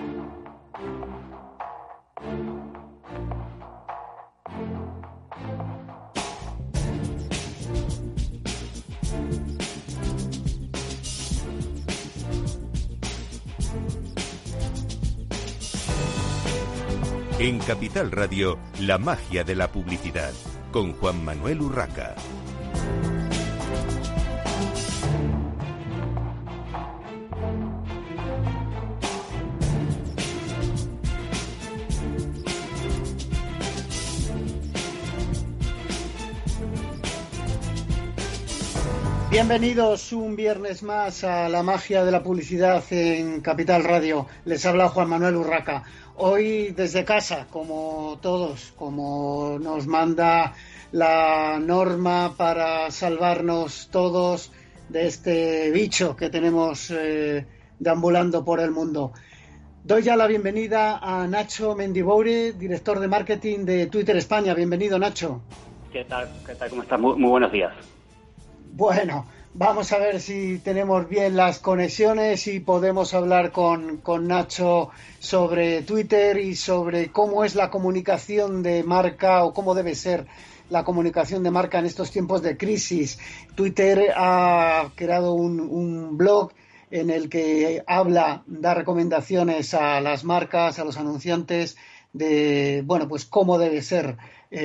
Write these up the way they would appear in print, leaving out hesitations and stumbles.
En Capital Radio, la magia de la publicidad, con Juan Manuel Urraca. Bienvenidos un viernes más a la magia de la publicidad en Capital Radio. Les habla Juan Manuel Urraca. Hoy desde casa, como todos, como nos manda la norma para salvarnos todos de este bicho que tenemos deambulando por el mundo. Doy ya la bienvenida a Nacho Mendiboure, director de marketing de Twitter España. Bienvenido, Nacho. ¿Qué tal? ¿Cómo estás? Muy buenos días. Bueno, vamos a ver si tenemos bien las conexiones y podemos hablar con Nacho sobre Twitter y sobre cómo es la comunicación de marca o cómo debe ser la comunicación de marca en estos tiempos de crisis. Twitter ha creado un blog en el que da recomendaciones a las marcas, a los anunciantes de, bueno, pues cómo debe ser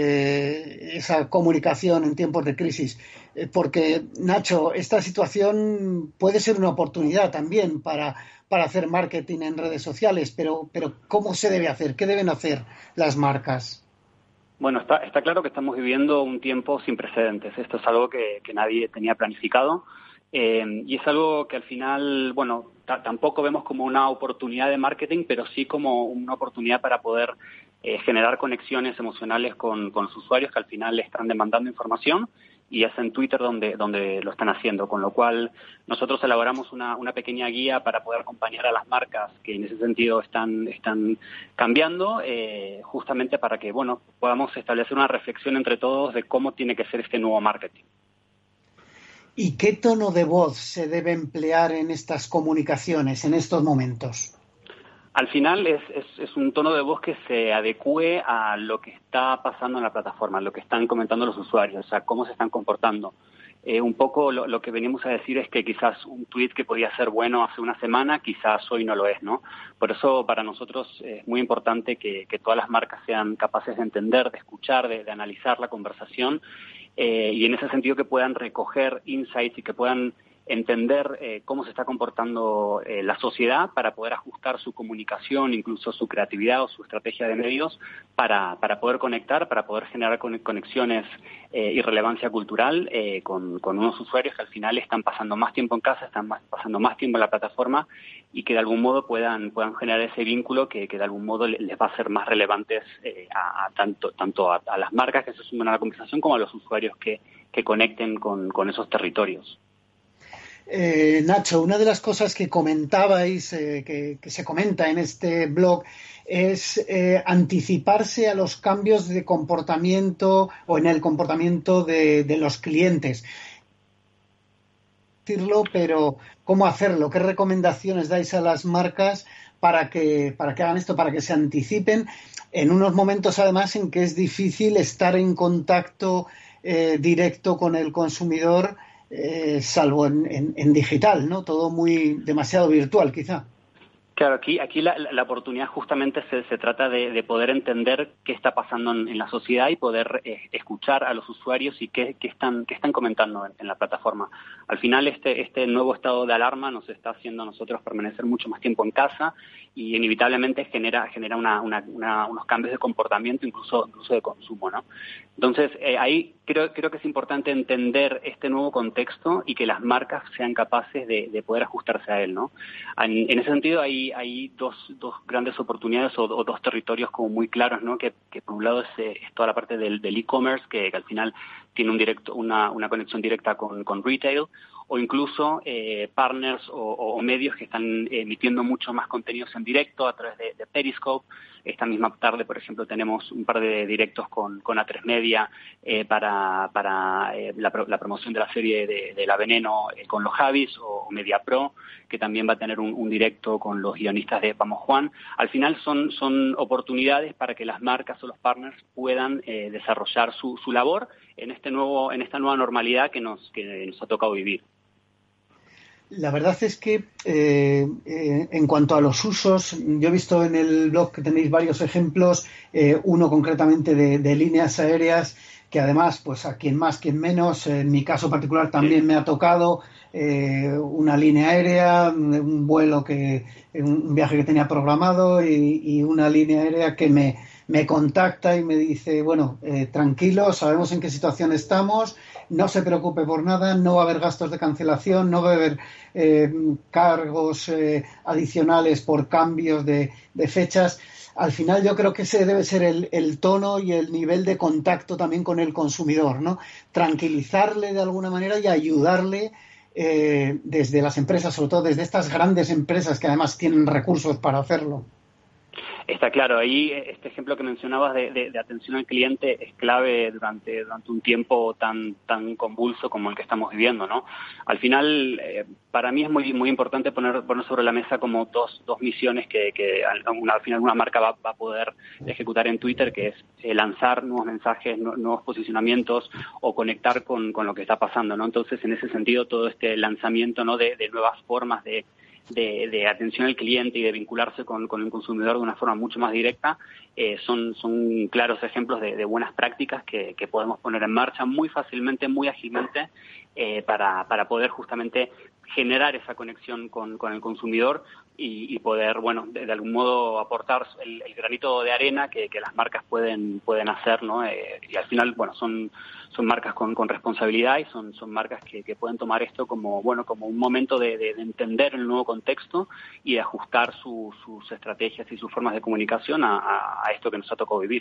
esa comunicación en tiempos de crisis. Porque, Nacho, esta situación puede ser una oportunidad también para hacer marketing en redes sociales, pero ¿cómo se debe hacer? ¿Qué deben hacer las marcas? Bueno, está claro que estamos viviendo un tiempo sin precedentes. Esto es algo que nadie tenía planificado y es algo que al final, bueno, tampoco vemos como una oportunidad de marketing, pero sí como una oportunidad para poder generar conexiones emocionales con los usuarios que al final le están demandando información, y es en Twitter donde lo están haciendo, con lo cual nosotros elaboramos una pequeña guía para poder acompañar a las marcas que en ese sentido están cambiando, justamente para que, bueno, podamos establecer una reflexión entre todos de cómo tiene que ser este nuevo marketing. ¿Y qué tono de voz se debe emplear en estas comunicaciones, en estos momentos? Al final es un tono de voz que se adecue a lo que está pasando en la plataforma, lo que están comentando los usuarios, o sea, cómo se están comportando. Un poco lo que venimos a decir es que quizás un tweet que podía ser bueno hace una semana, quizás hoy no lo es, ¿no? Por eso para nosotros es muy importante que todas las marcas sean capaces de entender, de escuchar, de analizar la conversación, y en ese sentido que puedan recoger insights y que puedan entender cómo se está comportando la sociedad para poder ajustar su comunicación, incluso su creatividad o su estrategia de medios para poder conectar, para poder generar conexiones y relevancia cultural con unos usuarios que al final están pasando más tiempo en casa, están pasando más tiempo en la plataforma y que de algún modo puedan generar ese vínculo que de algún modo les va a ser más relevantes tanto a las marcas que se sumen a la conversación como a los usuarios que conecten con esos territorios. Nacho, una de las cosas que comentabais, que se comenta en este blog, es anticiparse a los cambios de comportamiento o en el comportamiento de los clientes. Decirlo, pero ¿cómo hacerlo? ¿Qué recomendaciones dais a las marcas para que hagan esto, para que se anticipen en unos momentos además en que es difícil estar en contacto directo con el consumidor? Salvo en digital, ¿no? Todo demasiado virtual, quizá. Claro, aquí la oportunidad justamente se trata de poder entender qué está pasando en la sociedad y poder escuchar a los usuarios y qué están comentando en la plataforma. Al final este nuevo estado de alarma nos está haciendo a nosotros permanecer mucho más tiempo en casa y inevitablemente genera unos cambios de comportamiento, incluso de consumo, ¿no? Entonces, ahí creo que es importante entender este nuevo contexto y que las marcas sean capaces de poder ajustarse a él, ¿no? En ese sentido hay dos grandes oportunidades o dos territorios como muy claros, ¿no? Que por un lado es toda la parte del e-commerce, que al final tiene una conexión directa con retail. o incluso partners o medios que están emitiendo mucho más contenidos en directo a través de Periscope. Esta misma tarde, por ejemplo, tenemos un par de directos con A3 Media para la promoción de la serie de La Veneno con los Javis, o Media Pro, que también va a tener un directo con los guionistas de Vamos Juan. Al final son oportunidades para que las marcas o los partners puedan desarrollar su labor en esta nueva normalidad que nos ha tocado vivir. La verdad es que en cuanto a los usos, yo he visto en el blog que tenéis varios ejemplos, uno concretamente de líneas aéreas, que además, pues a quien más, quien menos, en mi caso particular también me ha tocado una línea aérea, un viaje que tenía programado y una línea aérea que me contacta y me dice, bueno, tranquilo, sabemos en qué situación estamos, no se preocupe por nada, no va a haber gastos de cancelación, no va a haber cargos adicionales por cambios de fechas. Al final yo creo que ese debe ser el tono y el nivel de contacto también con el consumidor, ¿no? Tranquilizarle de alguna manera y ayudarle desde las empresas, sobre todo desde estas grandes empresas que además tienen recursos para hacerlo. Está claro, ahí este ejemplo que mencionabas de atención al cliente es clave durante un tiempo tan convulso como el que estamos viviendo, ¿no? Al final, para mí es muy importante poner sobre la mesa como dos misiones que al final una marca va a poder ejecutar en Twitter, que es lanzar nuevos mensajes, nuevos posicionamientos o conectar con lo que está pasando, ¿no? Entonces, en ese sentido, todo este lanzamiento, ¿no?, de nuevas formas de atención al cliente y de vincularse con el consumidor de una forma mucho más directa, son claros ejemplos de buenas prácticas que podemos poner en marcha muy fácilmente, muy ágilmente, para poder justamente generar esa conexión con el consumidor y poder, bueno, de algún modo aportar el granito de arena que las marcas pueden hacer, ¿no? Y al final, bueno, son marcas con responsabilidad y son marcas que pueden tomar esto como un momento de entender el nuevo contexto y de ajustar sus estrategias y sus formas de comunicación a esto que nos ha tocado vivir.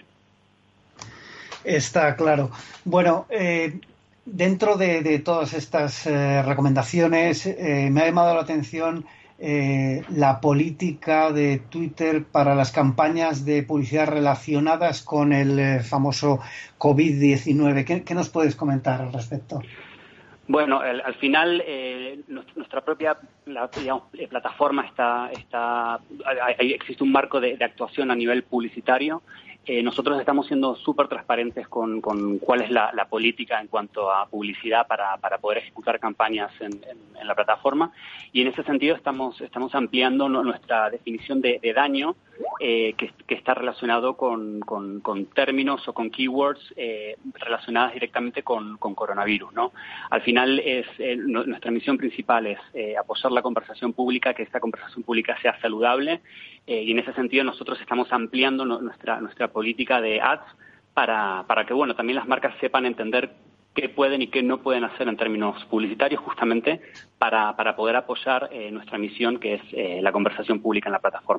Está claro. Bueno, dentro de todas estas recomendaciones, me ha llamado la atención la política de Twitter para las campañas de publicidad relacionadas con el famoso COVID-19. ¿Qué nos puedes comentar al respecto? Bueno, al final nuestra propia plataforma existe un marco de actuación a nivel publicitario. Nosotros estamos siendo súper transparentes con cuál es la política en cuanto a publicidad para poder ejecutar campañas en la plataforma, y en ese sentido estamos ampliando nuestra definición de daño, que está relacionado con términos o con keywords relacionadas directamente con coronavirus, ¿no? Al final nuestra misión principal es apoyar la conversación pública, que esta conversación pública sea saludable, y en ese sentido nosotros estamos ampliando nuestra política de ads para que, bueno, también las marcas sepan entender qué pueden y qué no pueden hacer en términos publicitarios, justamente para poder apoyar nuestra misión, que es la conversación pública en la plataforma.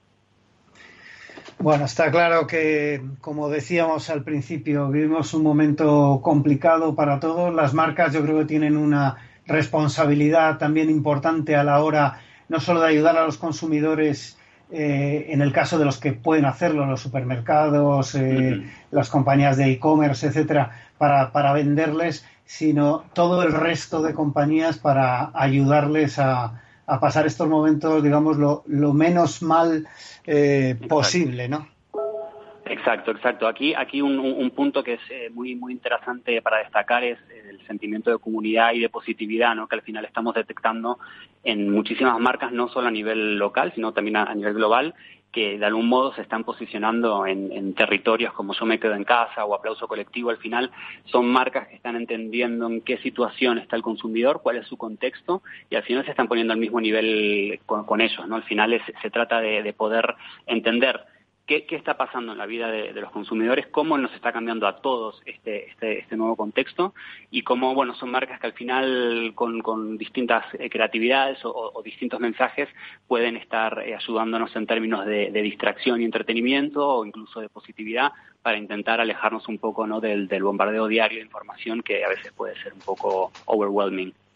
Bueno, está claro que, como decíamos al principio, vivimos un momento complicado para todos. Las marcas, yo creo que tienen una responsabilidad también importante a la hora no solo de ayudar a los consumidores, en el caso de los que pueden hacerlo, los supermercados, las compañías de e-commerce, etcétera, para venderles, sino todo el resto de compañías para ayudarles a pasar estos momentos, digamos, lo menos mal posible, ¿no? Exacto. Aquí un punto que es muy interesante para destacar es el sentimiento de comunidad y de positividad, ¿no?, que al final estamos detectando en muchísimas marcas, no solo a nivel local, sino también a nivel global, que de algún modo se están posicionando en territorios como Yo me quedo en casa o Aplauso colectivo. Al final son marcas que están entendiendo en qué situación está el consumidor, cuál es su contexto, y al final se están poniendo al mismo nivel con ellos, ¿no? Al final se trata de poder entender qué está pasando en la vida de los consumidores, cómo nos está cambiando a todos este nuevo contexto, y cómo, bueno, son marcas que al final con distintas creatividades o distintos mensajes pueden estar ayudándonos en términos de distracción y entretenimiento, o incluso de positividad, para intentar alejarnos un poco, ¿no?, del bombardeo diario de información, que a veces puede ser un poco overwhelming.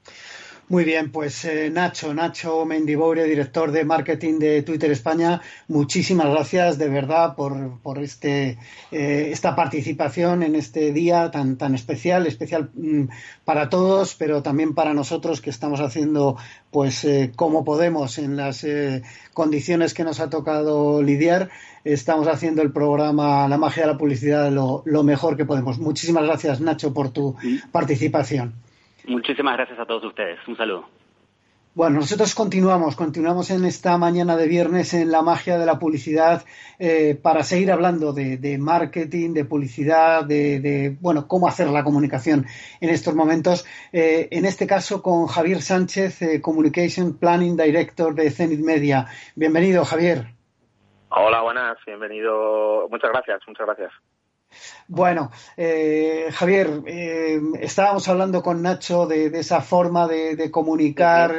Muy bien, pues Nacho Mendiboure, director de marketing de Twitter España, muchísimas gracias de verdad por esta participación en este día tan especial para todos, pero también para nosotros que estamos haciendo pues como podemos en las condiciones que nos ha tocado lidiar. Estamos haciendo el programa La magia de la publicidad lo mejor que podemos. Muchísimas gracias, Nacho, por tu participación. Muchísimas gracias a todos ustedes. Un saludo. Bueno, nosotros continuamos en esta mañana de viernes en La magia de la publicidad para seguir hablando de marketing, de publicidad, de cómo hacer la comunicación en estos momentos. En este caso con Javier Sánchez, Communication Planning Director de Zenith Media. Bienvenido, Javier. Hola, buenas, bienvenido. Muchas gracias. Bueno, Javier, estábamos hablando con Nacho de esa forma de comunicar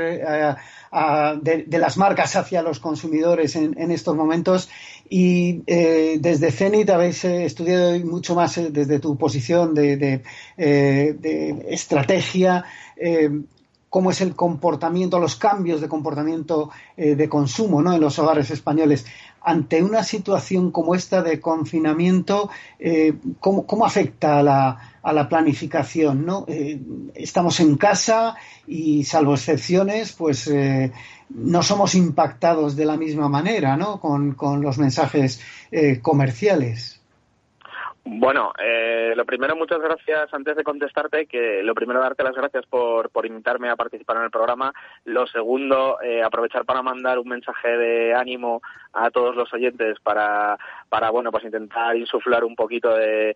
de las marcas hacia los consumidores en estos momentos y desde Zenith habéis estudiado mucho más desde tu posición de estrategia. Cómo es el comportamiento, los cambios de comportamiento de consumo, ¿no?, en los hogares españoles. Ante una situación como esta de confinamiento, ¿cómo afecta a la planificación, ¿no? Estamos en casa y, salvo excepciones, pues no somos impactados de la misma manera, ¿no?, con los mensajes comerciales. Bueno, lo primero, muchas gracias. Antes de contestarte, que lo primero, darte las gracias por invitarme a participar en el programa. Lo segundo, aprovechar para mandar un mensaje de ánimo a todos los oyentes para pues intentar insuflar un poquito de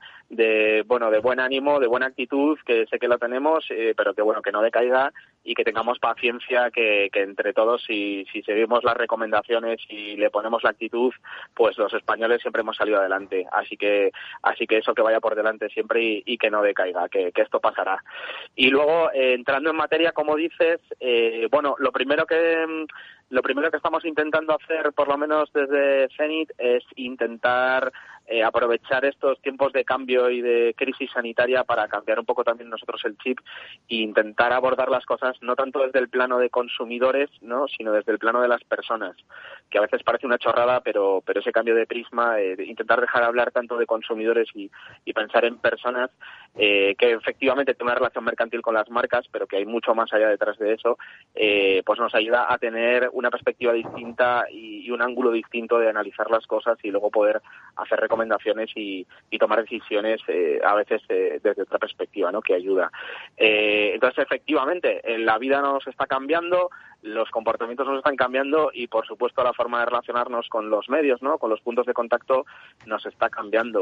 buen ánimo, de buena actitud, que sé que lo tenemos, pero que no decaiga y que tengamos paciencia, que entre todos, si seguimos las recomendaciones y le ponemos la actitud, pues los españoles siempre hemos salido adelante. Así que eso, que vaya por delante siempre y que no decaiga, que esto pasará. Y luego, entrando en materia, como dices, lo primero que estamos intentando hacer, por lo menos desde Zenith, es intentar aprovechar estos tiempos de cambio y de crisis sanitaria para cambiar un poco también nosotros el chip e intentar abordar las cosas no tanto desde el plano de consumidores, ¿no?, sino desde el plano de las personas, que a veces parece una chorrada, pero ese cambio de prisma, de intentar dejar de hablar tanto de consumidores y pensar en personas que efectivamente tienen una relación mercantil con las marcas, pero que hay mucho más allá detrás de eso, pues nos ayuda a tener una perspectiva distinta y un ángulo distinto de analizar las cosas y luego poder hacer recomendaciones y tomar decisiones a veces desde otra perspectiva, ¿no?, que ayuda. Entonces, efectivamente, la vida nos está cambiando, los comportamientos nos están cambiando y, por supuesto, la forma de relacionarnos con los medios, ¿no?, con los puntos de contacto, nos está cambiando.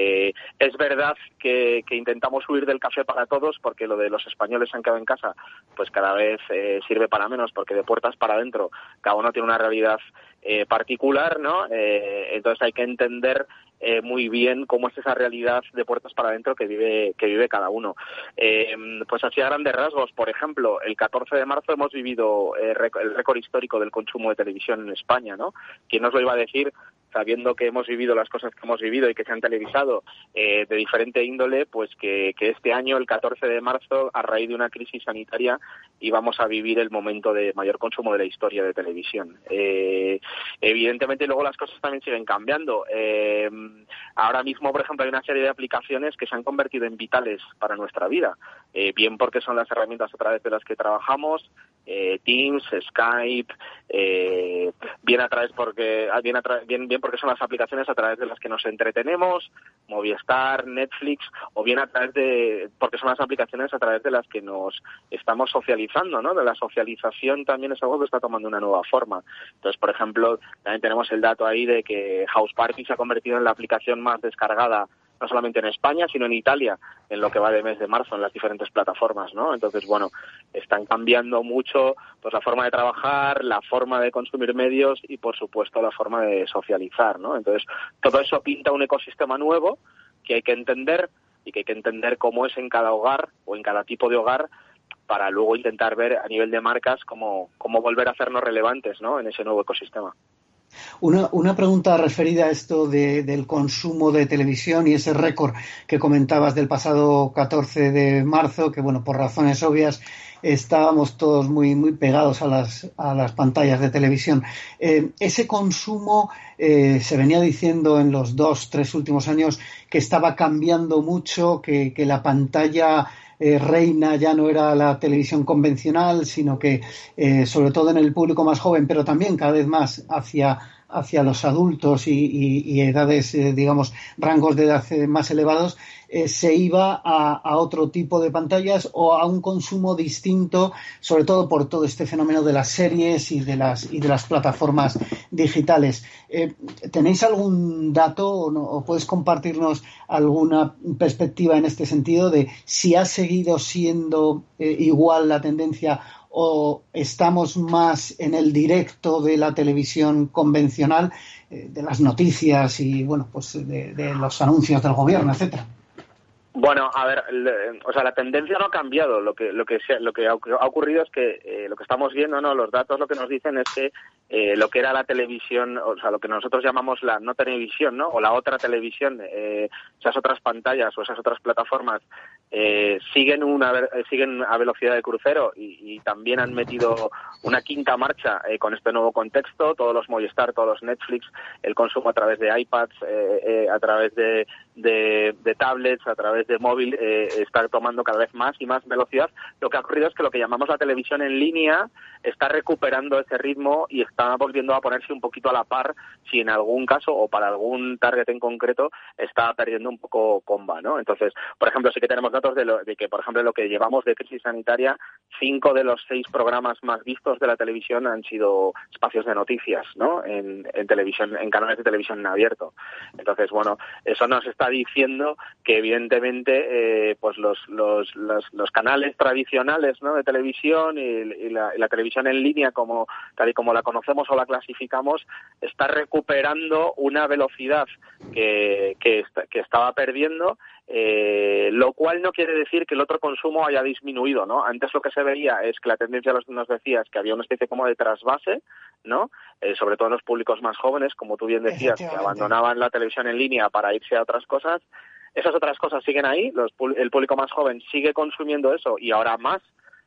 Es verdad que intentamos huir del café para todos, porque lo de los españoles se han quedado en casa, pues cada vez sirve para menos, porque de puertas para adentro cada uno tiene una realidad particular, ¿no? Entonces hay que entender muy bien cómo es esa realidad de puertas para adentro que vive cada uno. Pues así a grandes rasgos, por ejemplo, el 14 de marzo hemos vivido el récord histórico del consumo de televisión en España, ¿no? ¿Quién nos lo iba a decir, sabiendo que hemos vivido las cosas que hemos vivido y que se han televisado de diferente índole, pues que este año, el 14 de marzo, a raíz de una crisis sanitaria, íbamos a vivir el momento de mayor consumo de la historia de televisión. Evidentemente, luego las cosas también siguen cambiando. Ahora mismo, por ejemplo, hay una serie de aplicaciones que se han convertido en vitales para nuestra vida, bien porque son las herramientas a través de las que trabajamos, Teams, Skype, bien porque son las aplicaciones a través de las que nos entretenemos, Movistar, Netflix, o bien porque son las aplicaciones a través de las que nos estamos socializando, ¿no? De la socialización también es algo que está tomando una nueva forma. Entonces, por ejemplo, también tenemos el dato ahí de que House Party se ha convertido en la aplicación más descargada, no solamente en España, sino en Italia, en lo que va de mes de marzo, en las diferentes plataformas, ¿no? Entonces, están cambiando mucho pues la forma de trabajar, la forma de consumir medios y, por supuesto, la forma de socializar, ¿no? Entonces, todo eso pinta un ecosistema nuevo que hay que entender y que hay que entender cómo es en cada hogar o en cada tipo de hogar, para luego intentar ver a nivel de marcas cómo volver a hacernos relevantes, ¿no?, en ese nuevo ecosistema. Una pregunta referida a esto del consumo de televisión y ese récord que comentabas del pasado 14 de marzo, que bueno, por razones obvias estábamos todos muy, muy pegados a las pantallas de televisión. Ese consumo se venía diciendo en los 2-3 últimos años que estaba cambiando mucho, que la pantalla reina ya no era la televisión convencional, sino que sobre todo en el público más joven, pero también cada vez más hacia los adultos y edades, digamos, rangos de edad más elevados, se iba a otro tipo de pantallas o a un consumo distinto, sobre todo por todo este fenómeno de las series y de las plataformas digitales. ¿Tenéis algún dato o puedes compartirnos alguna perspectiva en este sentido de si ha seguido siendo igual la tendencia o estamos más en el directo de la televisión convencional, de las noticias y bueno, pues de los anuncios del gobierno, etcétera? Bueno, a ver, o sea, la tendencia no ha cambiado. Lo que ha ocurrido es que lo que estamos viendo, ¿no? Los datos lo que nos dicen es que lo que era la televisión, o sea, lo que nosotros llamamos la no televisión, ¿no? O la otra televisión, esas otras pantallas o esas otras plataformas siguen a velocidad de crucero y también han metido una quinta marcha con este nuevo contexto. Todos los Movistar, todos los Netflix, el consumo a través de iPads, a través de tablets, a través de móvil, está tomando cada vez más y más velocidad. Lo que ha ocurrido es que lo que llamamos la televisión en línea está recuperando ese ritmo y está volviendo a ponerse un poquito a la par, si en algún caso o para algún target en concreto está perdiendo un poco comba, ¿no? Entonces, por ejemplo, sí que tenemos datos de que, por ejemplo, lo que llevamos de crisis sanitaria, 5 de los 6 programas más vistos de la televisión han sido espacios de noticias, ¿no? En televisión, en canales de televisión en abierto. Entonces, bueno, eso nos está diciendo que evidentemente pues los canales tradicionales, ¿no? de televisión y la televisión en línea, tal y como la conocemos o la clasificamos, está recuperando una velocidad que estaba perdiendo, lo cual no quiere decir que el otro consumo haya disminuido, ¿no? Antes lo que se veía es que la tendencia nos decía es que había una especie como de trasvase, ¿no? Sobre todo en los públicos más jóvenes, como tú bien decías, que abandonaban la televisión en línea para irse a otras cosas. Esas otras cosas siguen ahí, el público más joven sigue consumiendo eso y ahora más.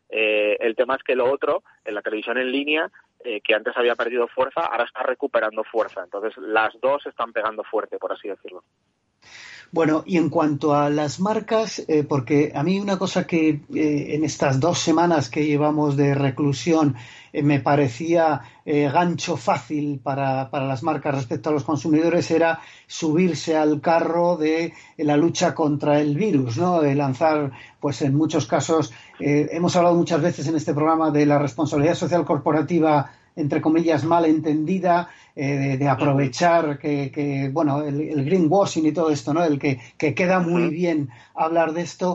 El tema es que lo otro, en la televisión en línea, que antes había perdido fuerza, ahora está recuperando fuerza. Entonces las dos están pegando fuerte, por así decirlo. Bueno, y en cuanto a las marcas, porque a mí una cosa que en estas 2 semanas que llevamos de reclusión me parecía gancho fácil para las marcas respecto a los consumidores era subirse al carro de la lucha contra el virus, ¿no? De lanzar, pues en muchos casos, hemos hablado muchas veces en este programa de la responsabilidad social corporativa, entre comillas, mal entendida, de aprovechar que bueno, el greenwashing y todo esto, ¿no? El que queda muy bien hablar de esto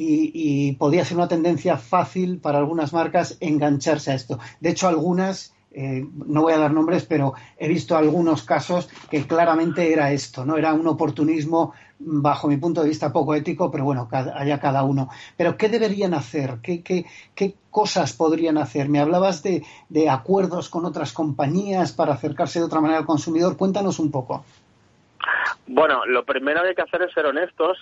y podía ser una tendencia fácil para algunas marcas engancharse a esto. De hecho, algunas, no voy a dar nombres, pero he visto algunos casos que claramente era esto, ¿no? Era un oportunismo, bajo mi punto de vista, poco ético, pero bueno, allá cada uno. Pero ¿qué deberían hacer? ¿Qué cosas podrían hacer? Me hablabas de acuerdos con otras compañías para acercarse de otra manera al consumidor. Cuéntanos un poco. Bueno, lo primero que hay que hacer es ser honestos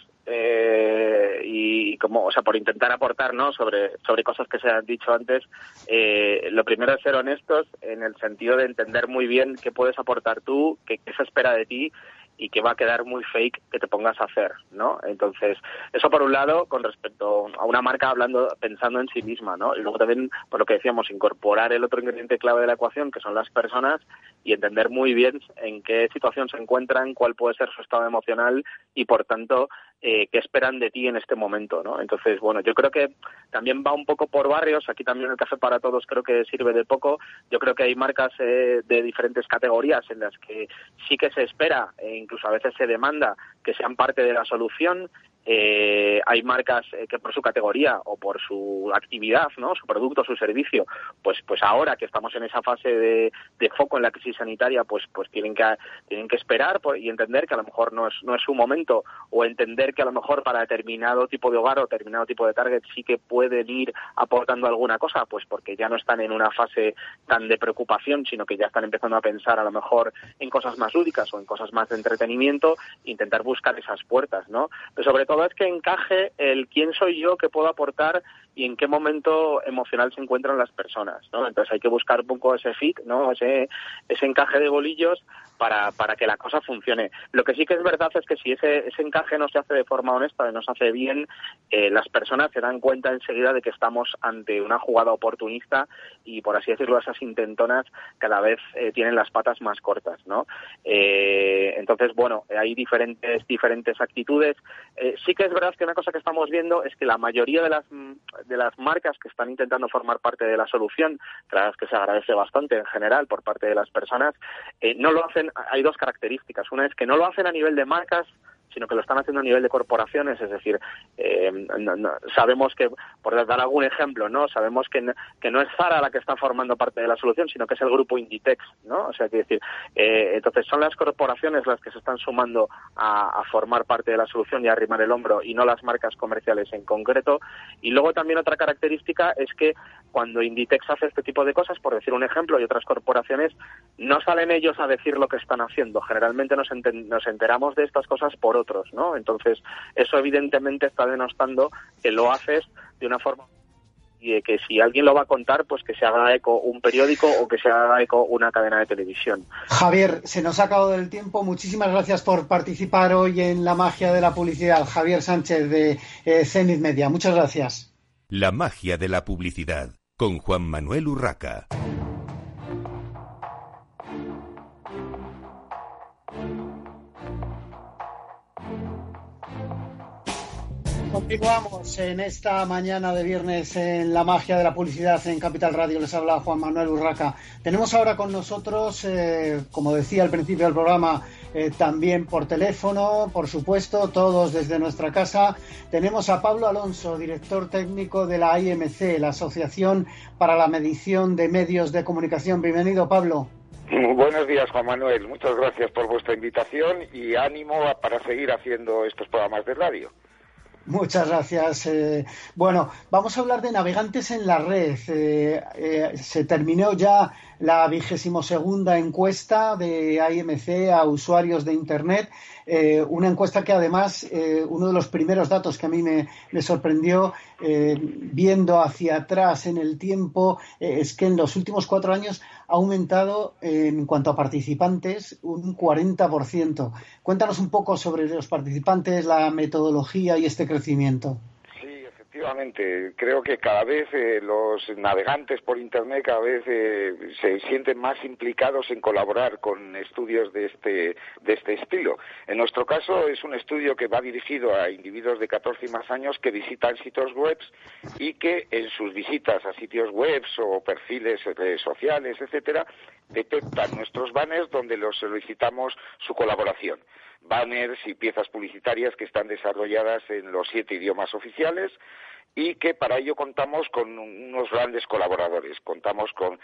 y como, o sea, por intentar aportar, ¿no? sobre cosas que se han dicho antes. Lo primero es ser honestos en el sentido de entender muy bien qué puedes aportar tú, qué se espera de ti y que va a quedar muy fake que te pongas a hacer, ¿no? Entonces, eso por un lado con respecto a una marca pensando en sí misma, ¿no? Y luego también, por lo que decíamos, incorporar el otro ingrediente clave de la ecuación, que son las personas, y entender muy bien en qué situación se encuentran, cuál puede ser su estado emocional y, por tanto, qué esperan de ti en este momento, ¿no? Entonces, bueno, yo creo que también va un poco por barrios. Aquí también el Café para Todos creo que sirve de poco. Yo creo que hay marcas de diferentes categorías en las que sí que se espera, e incluso a veces se demanda, que sean parte de la solución hay marcas que por su categoría o por su actividad, ¿no? Su producto, su servicio, pues ahora que estamos en esa fase de foco en la crisis sanitaria, pues tienen que esperar y entender que a lo mejor no es su momento, o entender que a lo mejor para determinado tipo de hogar o determinado tipo de target sí que pueden ir aportando alguna cosa, pues porque ya no están en una fase tan de preocupación, sino que ya están empezando a pensar a lo mejor en cosas más lúdicas o en cosas más de entretenimiento, intentar buscar esas puertas, ¿no? Pero sobre todo es que encaje el quién soy yo, qué puedo aportar y en qué momento emocional se encuentran las personas, ¿no? Entonces hay que buscar un poco ese fit, ¿no? Ese encaje de bolillos para que la cosa funcione. Lo que sí que es verdad es que si ese encaje no se hace de forma honesta, no se hace bien, las personas se dan cuenta enseguida de que estamos ante una jugada oportunista y, por así decirlo, esas intentonas cada vez tienen las patas más cortas, ¿no? Entonces, bueno, hay diferentes actitudes. Sí que es verdad que una cosa que estamos viendo es que la mayoría de las marcas que están intentando formar parte de la solución, que se agradece bastante en general por parte de las personas, no lo hacen. Hay dos características. Una es que no lo hacen a nivel de marcas, sino que lo están haciendo a nivel de corporaciones, es decir, sabemos que, por dar algún ejemplo, ¿no? Sabemos que no es Zara la que está formando parte de la solución, sino que es el grupo Inditex, ¿no? O sea, quiero decir, entonces son las corporaciones las que se están sumando a formar parte de la solución y a arrimar el hombro, y no las marcas comerciales en concreto. Y luego también otra característica es que cuando Inditex hace este tipo de cosas, por decir un ejemplo, y otras corporaciones, no salen ellos a decir lo que están haciendo. Generalmente nos enteramos de estas cosas por otros, ¿no? Entonces, eso evidentemente está denostando que lo haces de una forma y de que si alguien lo va a contar, pues que se haga eco un periódico o que se haga eco una cadena de televisión. Javier, se nos ha acabado el tiempo. Muchísimas gracias por participar hoy en La Magia de la Publicidad. Javier Sánchez de Zenith Media. Muchas gracias. La magia de la publicidad con Juan Manuel Urraca. Continuamos en esta mañana de viernes en La Magia de la Publicidad en Capital Radio. Les habla Juan Manuel Urraca. Tenemos ahora con nosotros, como decía al principio del programa, también por teléfono, por supuesto, todos desde nuestra casa. Tenemos a Pablo Alonso, director técnico de la IMC, la Asociación para la Medición de Medios de Comunicación. Bienvenido, Pablo. Buenos días, Juan Manuel. Muchas gracias por vuestra invitación y ánimo para seguir haciendo estos programas de radio. Muchas gracias. Bueno, vamos a hablar de navegantes en la red. Se terminó ya la 22ª encuesta de IMC a usuarios de Internet. Una encuesta que además, uno de los primeros datos que a mí me sorprendió, viendo hacia atrás en el tiempo, es que en los últimos 4 años ha aumentado en cuanto a participantes un 40%. Cuéntanos un poco sobre los participantes, la metodología y este crecimiento. Sí, efectivamente. Creo que cada vez los navegantes por Internet cada vez se sienten más implicados en colaborar con estudios de este estilo. En nuestro caso es un estudio que va dirigido a individuos de 14 y más años que visitan sitios web y que en sus visitas a sitios web o perfiles sociales, etcétera, detectan nuestros banners donde los solicitamos su colaboración. Banners y piezas publicitarias que están desarrolladas en los 7 idiomas oficiales y que para ello contamos con unos grandes colaboradores. Contamos con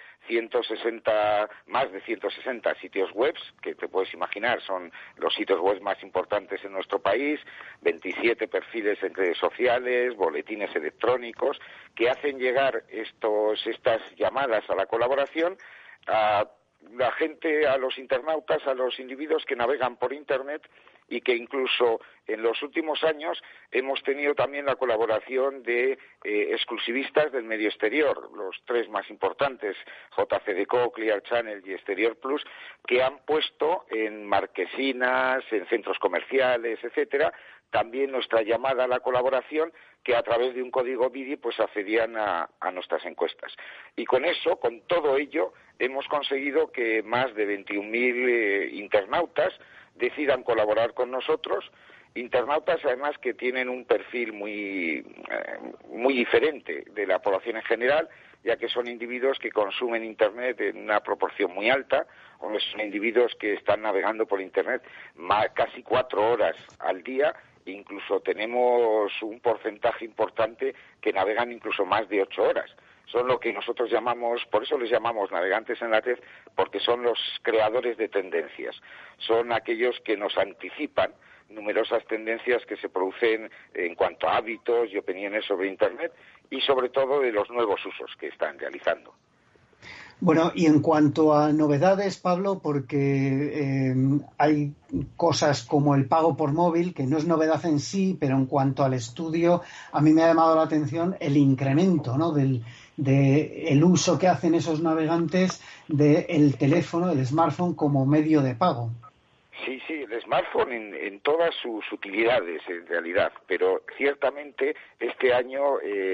más de 160 sitios web, que te puedes imaginar son los sitios web más importantes en nuestro país, 27 perfiles en redes sociales, boletines electrónicos, que hacen llegar estas llamadas a la colaboración a la gente, a los internautas, a los individuos que navegan por Internet y que incluso en los últimos años hemos tenido también la colaboración de exclusivistas del medio exterior, los 3 más importantes, JCDecaux, Clear Channel y Exterior Plus, que han puesto en marquesinas, en centros comerciales, etcétera, también nuestra llamada a la colaboración, que a través de un código BIDI pues accedían a nuestras encuestas. Y con eso, con todo ello, hemos conseguido que más de 21.000 internautas decidan colaborar con nosotros, internautas además que tienen un perfil muy diferente de la población en general, ya que son individuos que consumen Internet en una proporción muy alta, o son individuos que están navegando por Internet casi 4 horas al día incluso tenemos un porcentaje importante que navegan incluso más de 8 horas. Son lo que nosotros llamamos, por eso les llamamos navegantes en la red, porque son los creadores de tendencias. Son aquellos que nos anticipan numerosas tendencias que se producen en cuanto a hábitos y opiniones sobre Internet y sobre todo de los nuevos usos que están realizando. Bueno, y en cuanto a novedades, Pablo, porque hay cosas como el pago por móvil, que no es novedad en sí, pero en cuanto al estudio, a mí me ha llamado la atención el incremento, ¿no?, del uso que hacen esos navegantes del teléfono, del smartphone, como medio de pago. Sí, el smartphone en todas sus utilidades, en realidad, pero ciertamente este año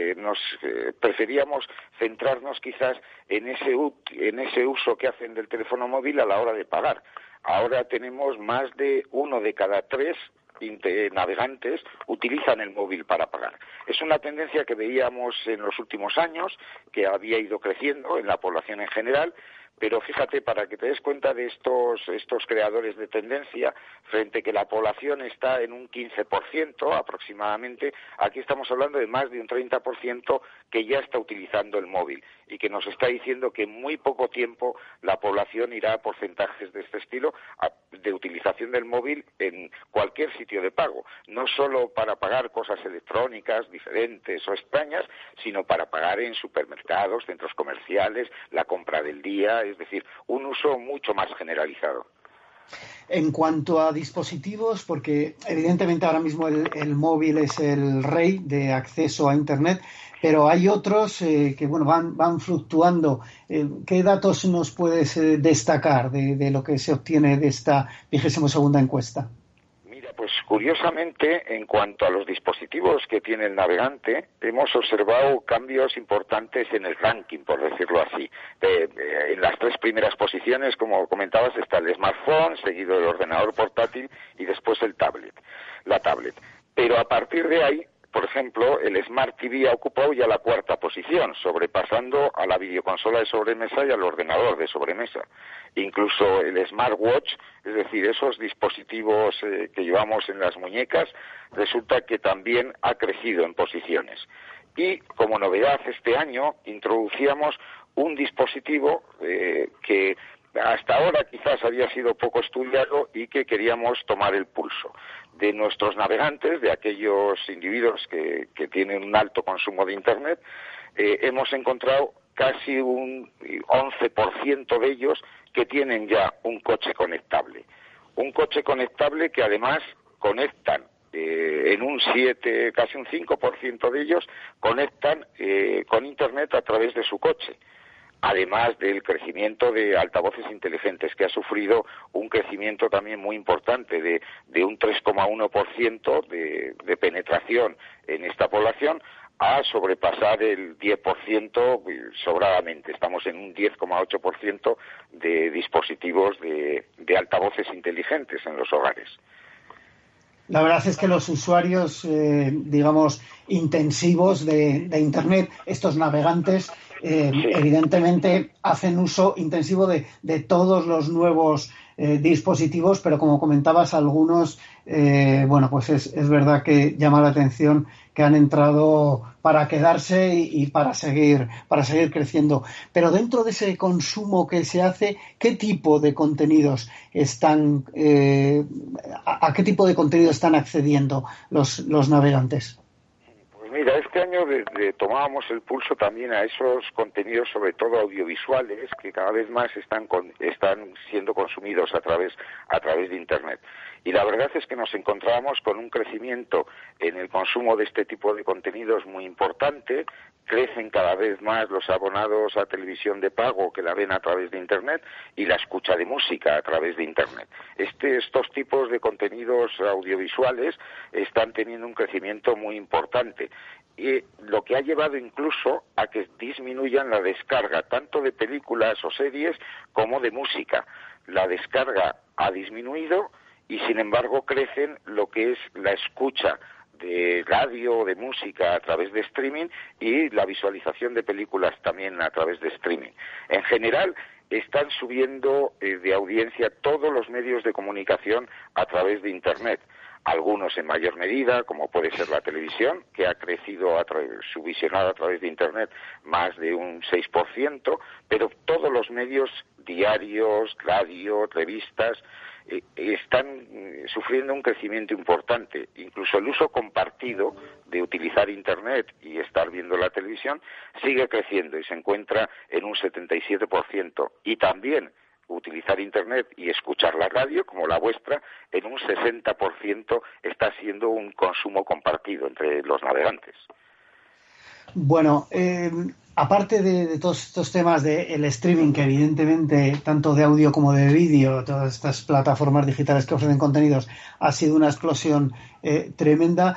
preferíamos centrarnos quizás en ese uso que hacen del teléfono móvil a la hora de pagar. Ahora tenemos más de 1 de cada 3 navegantes utilizan el móvil para pagar. Es una tendencia que veíamos en los últimos años, que había ido creciendo en la población en general, pero fíjate, para que te des cuenta de estos creadores de tendencia, frente a que la población está en un 15% aproximadamente, aquí estamos hablando de más de un 30% que ya está utilizando el móvil y que nos está diciendo que en muy poco tiempo la población irá a porcentajes de este estilo de utilización del móvil en cualquier sitio de pago, no solo para pagar cosas electrónicas diferentes o extrañas, sino para pagar en supermercados, centros comerciales, la compra del día, es decir, un uso mucho más generalizado. En cuanto a dispositivos, porque evidentemente ahora mismo el móvil es el rey de acceso a Internet, pero hay otros que van fluctuando. ¿Qué datos nos puedes destacar de lo que se obtiene de esta 22ª encuesta? Pues curiosamente, en cuanto a los dispositivos que tiene el navegante, hemos observado cambios importantes en el ranking, por decirlo así. En las 3 primeras posiciones, como comentabas, está el smartphone, seguido del ordenador portátil y después la tablet. Pero a partir de ahí, por ejemplo, el Smart TV ha ocupado ya la 4ª posición, sobrepasando a la videoconsola de sobremesa y al ordenador de sobremesa. Incluso el smartwatch, es decir, esos dispositivos que llevamos en las muñecas, resulta que también ha crecido en posiciones. Y como novedad este año introducíamos un dispositivo que hasta ahora quizás había sido poco estudiado y que queríamos tomar el pulso de nuestros navegantes, de aquellos individuos que tienen un alto consumo de Internet. Hemos encontrado casi un 11% de ellos que tienen ya un coche conectable. Un coche conectable que además conectan en un 7, casi un 5% de ellos conectan con Internet a través de su coche. Además del crecimiento de altavoces inteligentes, que ha sufrido un crecimiento también muy importante de un 3,1% de penetración en esta población, a sobrepasar el 10% sobradamente. Estamos en un 10,8% de dispositivos de altavoces inteligentes en los hogares. La verdad es que los usuarios, intensivos de Internet, estos navegantes, evidentemente hacen uso intensivo de todos los nuevos dispositivos, pero como comentabas, algunos, pues es verdad que llama la atención que han entrado para quedarse y para seguir creciendo. Pero dentro de ese consumo que se hace, ¿qué tipo de contenidos a qué tipo de contenido están accediendo los navegantes? Mira, este año tomábamos el pulso también a esos contenidos, sobre todo audiovisuales, que cada vez más están siendo consumidos a través de Internet. Y la verdad es que nos encontrábamos con un crecimiento en el consumo de este tipo de contenidos muy importante. Crecen cada vez más los abonados a televisión de pago que la ven a través de Internet y la escucha de música a través de Internet. Estos tipos de contenidos audiovisuales están teniendo un crecimiento muy importante, y lo que ha llevado incluso a que disminuyan la descarga tanto de películas o series como de música. La descarga ha disminuido y sin embargo crecen lo que es la escucha de radio o de música a través de streaming y la visualización de películas también a través de streaming. En general, están subiendo de audiencia todos los medios de comunicación a través de Internet. Algunos en mayor medida, como puede ser la televisión, que ha crecido su visionado a través de Internet más de un 6%, pero todos los medios diarios, radio, revistas, están sufriendo un crecimiento importante. Incluso el uso compartido de utilizar Internet y estar viendo la televisión sigue creciendo y se encuentra en un 77%. Y también utilizar Internet y escuchar la radio, como la vuestra, en un 60% está siendo un consumo compartido entre los navegantes. Bueno, aparte de todos estos temas del streaming, que evidentemente, tanto de audio como de vídeo, todas estas plataformas digitales que ofrecen contenidos, ha sido una explosión tremenda,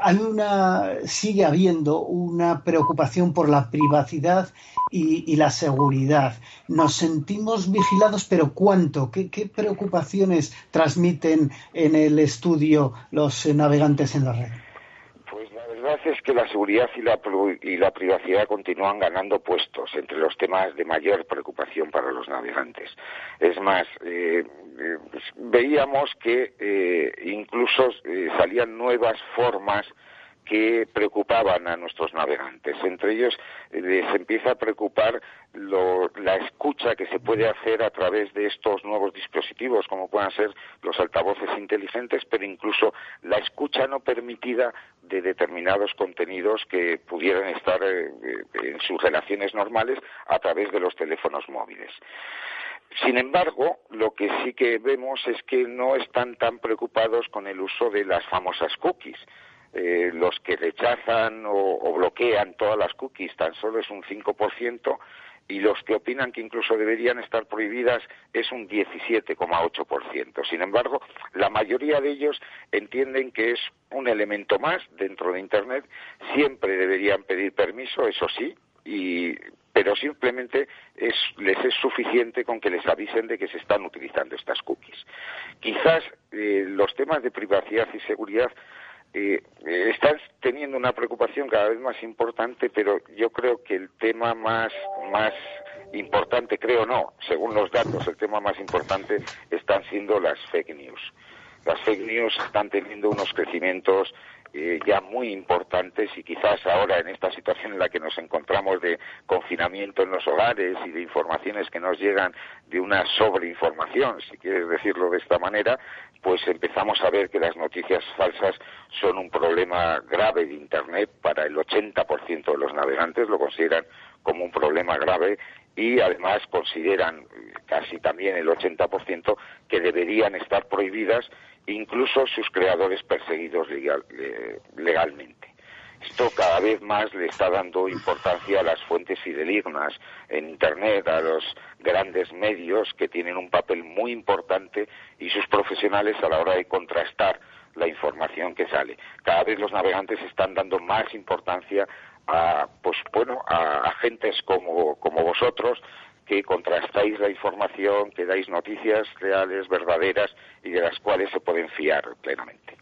sigue habiendo una preocupación por la privacidad y la seguridad. Nos sentimos vigilados, pero ¿cuánto? ¿Qué preocupaciones transmiten en el estudio los navegantes en la red? La verdad es que la seguridad y la privacidad continúan ganando puestos entre los temas de mayor preocupación para los navegantes. Es más, veíamos que incluso salían nuevas formas que preocupaban a nuestros navegantes. Entre ellos les empieza a preocupar la escucha que se puede hacer a través de estos nuevos dispositivos, como puedan ser los altavoces inteligentes, pero incluso la escucha no permitida de determinados contenidos que pudieran estar en sus relaciones normales a través de los teléfonos móviles. Sin embargo, lo que sí que vemos es que no están tan preocupados con el uso de las famosas cookies. Los que rechazan o bloquean todas las cookies tan solo es un 5%, y los que opinan que incluso deberían estar prohibidas es un 17,8%. Sin embargo, la mayoría de ellos entienden que es un elemento más dentro de Internet. Siempre deberían pedir permiso, eso sí, pero simplemente les es suficiente con que les avisen de que se están utilizando estas cookies. Quizás los temas de privacidad y seguridad están teniendo una preocupación cada vez más importante, pero yo creo que el tema más importante, según los datos, el tema más importante están siendo las fake news. Las fake news están teniendo unos crecimientos ya muy importantes, y quizás ahora en esta situación en la que nos encontramos de confinamiento en los hogares y de informaciones que nos llegan de una sobreinformación, si quieres decirlo de esta manera, pues empezamos a ver que las noticias falsas son un problema grave de Internet. Para el 80% de los navegantes lo consideran como un problema grave, y además consideran casi también el 80% que deberían estar prohibidas, incluso sus creadores perseguidos legalmente. Esto cada vez más le está dando importancia a las fuentes fidedignas en Internet, a los grandes medios que tienen un papel muy importante, y sus profesionales a la hora de contrastar la información que sale. Cada vez los navegantes están dando más importancia a agentes como vosotros, que contrastáis la información, que dais noticias reales, verdaderas, y de las cuales se pueden fiar plenamente.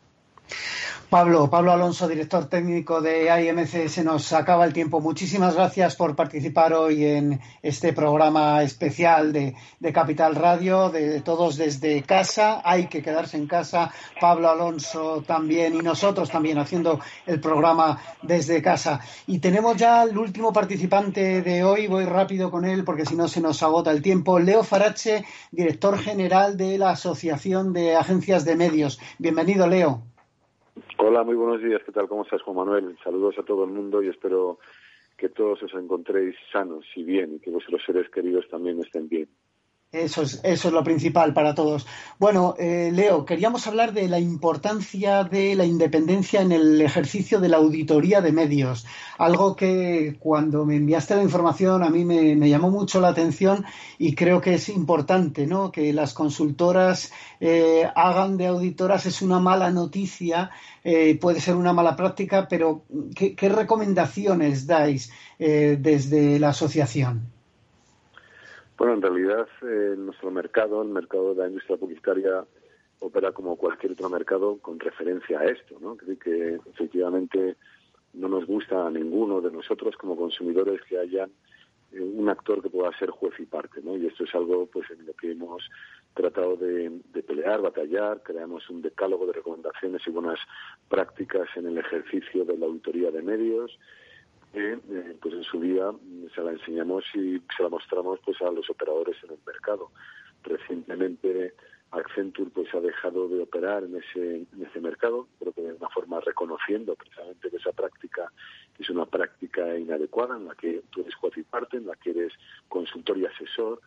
Pablo Alonso, director técnico de IMC, se nos acaba el tiempo. Muchísimas gracias por participar hoy en este programa especial de Capital Radio, de Todos desde Casa. Hay que quedarse en casa. Pablo Alonso también, y nosotros también, haciendo el programa desde casa. Y tenemos ya el último participante de hoy. Voy rápido con él porque si no se nos agota el tiempo. Leo Farache, director general de la Asociación de Agencias de Medios. Bienvenido, Leo. Hola, muy buenos días. ¿Qué tal? ¿Cómo estás, Juan Manuel? Saludos a todo el mundo y espero que todos os encontréis sanos y bien, y que vuestros seres queridos también estén bien. Eso es lo principal para todos. Bueno, Leo, queríamos hablar de la importancia de la independencia en el ejercicio de la auditoría de medios. Algo que cuando me enviaste la información a mí me llamó mucho la atención, y creo que es importante, ¿no? Que las consultoras hagan de auditoras. Es una mala noticia, puede ser una mala práctica, pero ¿qué recomendaciones dais desde la asociación? Bueno, en realidad nuestro mercado, el mercado de la industria publicitaria, opera como cualquier otro mercado con referencia a esto, ¿no? Creo que efectivamente no nos gusta a ninguno de nosotros como consumidores que hayan un actor que pueda ser juez y parte, ¿no? Y esto es algo pues en lo que hemos tratado de pelear, batallar. Creamos un decálogo de recomendaciones y buenas prácticas en el ejercicio de la auditoría de medios. Pues en su día se la enseñamos y se la mostramos pues a los operadores en el mercado. Recientemente Accenture pues ha dejado de operar en ese mercado, pero de una forma reconociendo precisamente que esa práctica es una práctica inadecuada, en la que tú eres juez y parte, en la que eres consultor y asesor,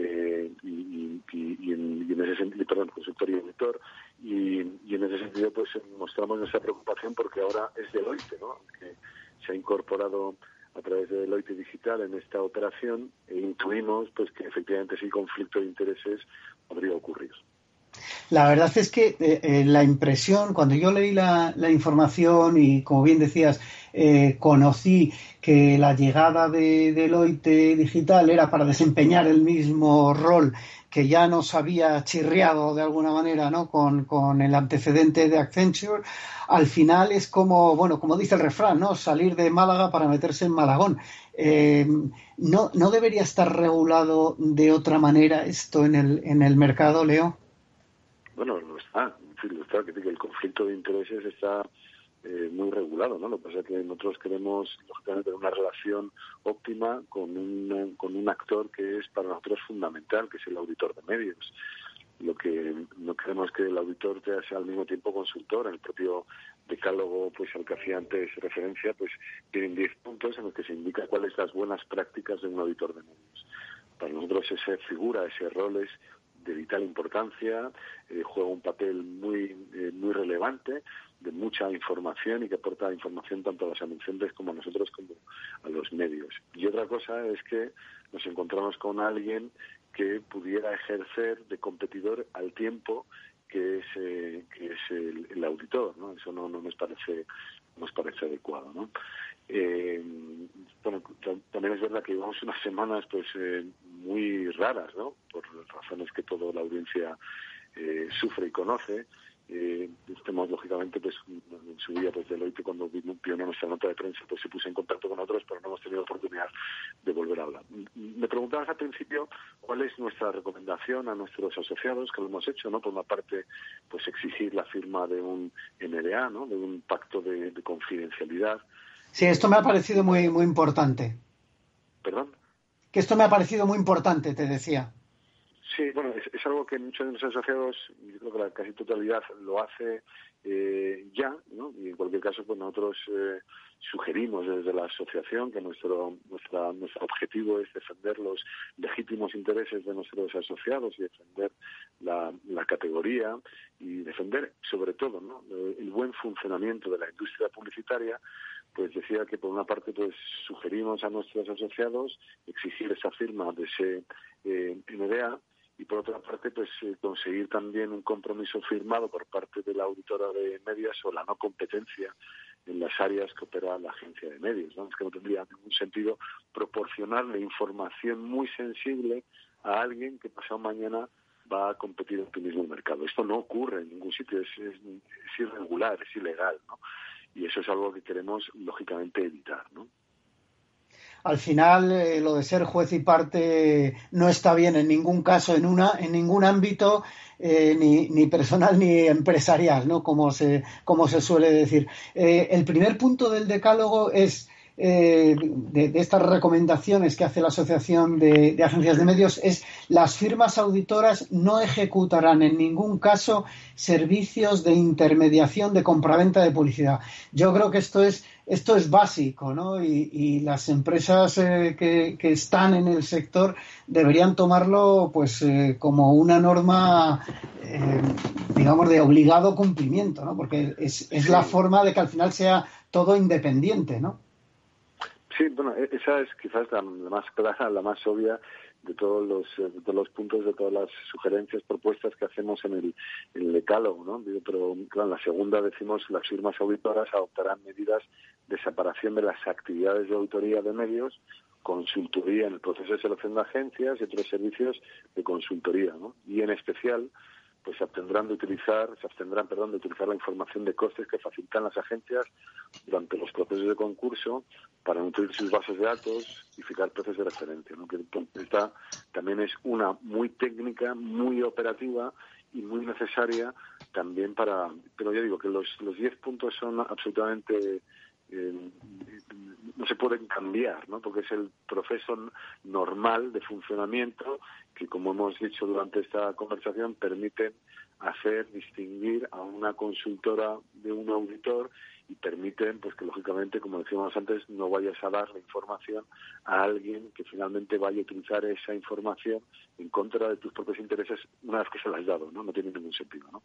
y en ese sentido, consultor y editor, y en ese sentido pues mostramos nuestra preocupación porque ahora es Deloitte, ¿no? Que se ha incorporado a través de Deloitte Digital en esta operación, e intuimos pues que efectivamente ese conflicto de intereses podría ocurrir. La verdad es que la impresión, cuando yo leí la información y, como bien decías, conocí que la llegada de Deloitte Digital era para desempeñar el mismo rol que ya nos había chirriado de alguna manera, ¿no? Con el antecedente de Accenture, al final es como, bueno, como dice el refrán, ¿no? Salir de Málaga para meterse en Malagón. ¿No debería estar regulado de otra manera esto en el mercado, Leo? Bueno, lo está, que el conflicto de intereses está muy regulado, ¿no? Lo que pasa es que nosotros queremos, lógicamente, tener una relación óptima con un actor que es para nosotros fundamental, que es el auditor de medios. Lo que no queremos que el auditor sea al mismo tiempo consultor. En el propio decálogo, pues al que hacía antes referencia, pues tienen 10 puntos en los que se indica cuáles son las buenas prácticas de un auditor de medios. Para nosotros esa figura, ese rol es de vital importancia, juega un papel muy relevante, de mucha información, y que aporta información tanto a los anunciantes como a nosotros como a los medios. Y otra cosa es que nos encontramos con alguien que pudiera ejercer de competidor al tiempo que es el auditor, ¿no? Eso no nos parece adecuado, ¿no? Bueno, también es verdad que llevamos unas semanas pues muy raras, ¿no? Por razones que toda la audiencia sufre y conoce. Estemos, lógicamente, pues en su día, pues Deloitte, cuando vio nuestra nota de prensa, pues se puso en contacto con nosotros, pero no hemos tenido oportunidad de volver a hablar. Me preguntabas al principio cuál es nuestra recomendación a nuestros asociados, que lo hemos hecho, ¿no? Por una parte, pues exigir la firma de un NDA, ¿no? De un pacto de confidencialidad. Sí, esto me ha parecido muy, muy importante. ¿Perdón? Que esto me ha parecido muy importante, te decía. Sí, bueno, es algo que muchos de los asociados, yo creo que la casi totalidad lo hace ya, ¿no? Y en cualquier caso, pues nosotros sugerimos desde la asociación que nuestro objetivo es defender los legítimos intereses de nuestros asociados y defender la categoría y defender, sobre todo, ¿no? El buen funcionamiento de la industria publicitaria. Pues decía que por una parte pues sugerimos a nuestros asociados exigir esa firma de ese NDA, y por otra parte pues conseguir también un compromiso firmado por parte de la auditora de medios o la no competencia en las áreas que opera la agencia de medios, ¿no? Es que no tendría ningún sentido proporcionarle información muy sensible a alguien que pasado mañana va a competir en tu mismo mercado. Esto no ocurre en ningún sitio, es irregular, es ilegal, ¿no? Y eso es algo que queremos, lógicamente, evitar, ¿no? Al final, lo de ser juez y parte no está bien en ningún caso, en ningún ámbito, ni personal ni empresarial, ¿no? Como se suele decir. El primer punto del decálogo es de estas recomendaciones que hace la Asociación de Agencias de Medios, es: las firmas auditoras no ejecutarán en ningún caso servicios de intermediación de compraventa de publicidad. Yo creo que esto es básico, ¿no? Y las empresas que están en el sector deberían tomarlo pues como una norma digamos de obligado cumplimiento, ¿no? Porque es la forma de que al final sea todo independiente, ¿no? Sí, bueno, esa es quizás la más clara, la más obvia de todos los puntos, de todas las sugerencias, propuestas que hacemos en el decálogo, ¿no? Pero claro, en la segunda decimos: las firmas auditoras adoptarán medidas de separación de las actividades de auditoría de medios, consultoría en el proceso de selección de agencias y otros servicios de consultoría, ¿no? Y en especial pues se abstendrán de utilizar la información de costes que facilitan las agencias durante los procesos de concurso para nutrir sus bases de datos y fijar precios de referencia, ¿no? Que esta también es una muy técnica, muy operativa y muy necesaria también pero ya digo que los 10 puntos son absolutamente no se pueden cambiar, ¿no? Porque es el proceso normal de funcionamiento que, como hemos dicho durante esta conversación, permiten distinguir a una consultora de un auditor y permiten, pues, que lógicamente, como decíamos antes, no vayas a dar la información a alguien que finalmente vaya a utilizar esa información en contra de tus propios intereses una vez que se la has dado, ¿no? No tiene ningún sentido, ¿no?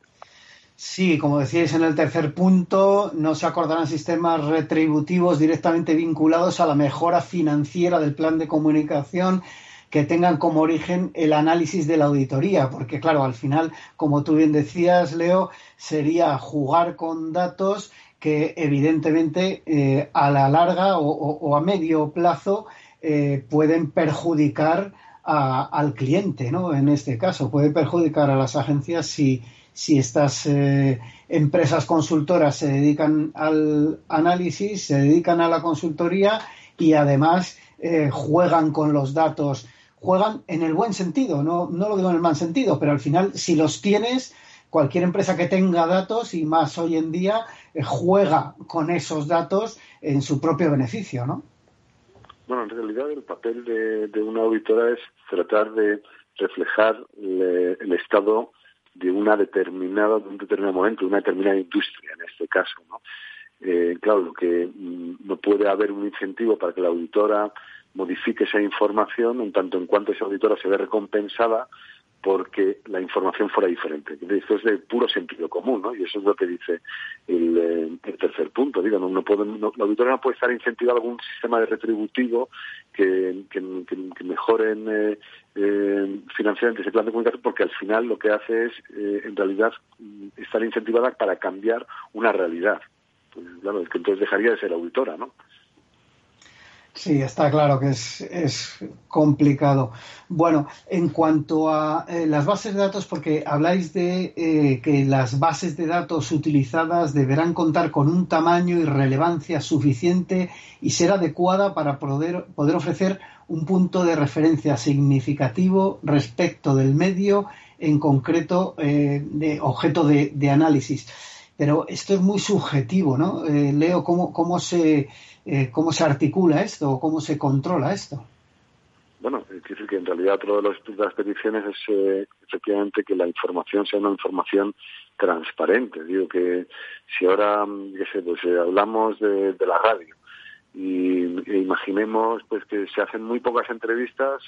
Sí, como decíais en el tercer punto, no se acordarán sistemas retributivos directamente vinculados a la mejora financiera del plan de comunicación que tengan como origen el análisis de la auditoría, porque claro, al final, como tú bien decías, Leo, sería jugar con datos que evidentemente a la larga o a medio plazo pueden perjudicar al cliente, ¿no? En este caso, puede perjudicar a las agencias si estas empresas consultoras se dedican al análisis, se dedican a la consultoría y además juegan con los datos, juegan en el buen sentido, no lo digo en el mal sentido, pero al final si los tienes, cualquier empresa que tenga datos y más hoy en día juega con esos datos en su propio beneficio, ¿no? Bueno, en realidad el papel de una auditora es tratar de reflejar el estado de un determinado momento, de una determinada industria en este caso, ¿no? Claro, lo que no puede haber un incentivo para que la auditora modifique esa información en tanto en cuanto esa auditora se ve recompensada porque la información fuera diferente. Esto es de puro sentido común, ¿no? Y eso es lo que dice el tercer punto. Digo, la auditora no puede estar incentivada a algún sistema de retributivo que mejoren financieramente ese plan de comunicación, porque al final lo que hace es, en realidad, estar incentivada para cambiar una realidad. Pues, claro, es que entonces dejaría de ser auditora, ¿no? Sí, está claro que es complicado. Bueno, en cuanto a las bases de datos, porque habláis de que las bases de datos utilizadas deberán contar con un tamaño y relevancia suficiente y ser adecuada para poder ofrecer un punto de referencia significativo respecto del medio en concreto de objeto de análisis. Pero esto es muy subjetivo, ¿no? Leo, ¿cómo se articula esto o cómo se controla esto? Bueno, es decir, que en realidad otra de las peticiones es efectivamente que la información sea una información transparente. Digo que si ahora, hablamos de la radio e imaginemos pues que se hacen muy pocas entrevistas,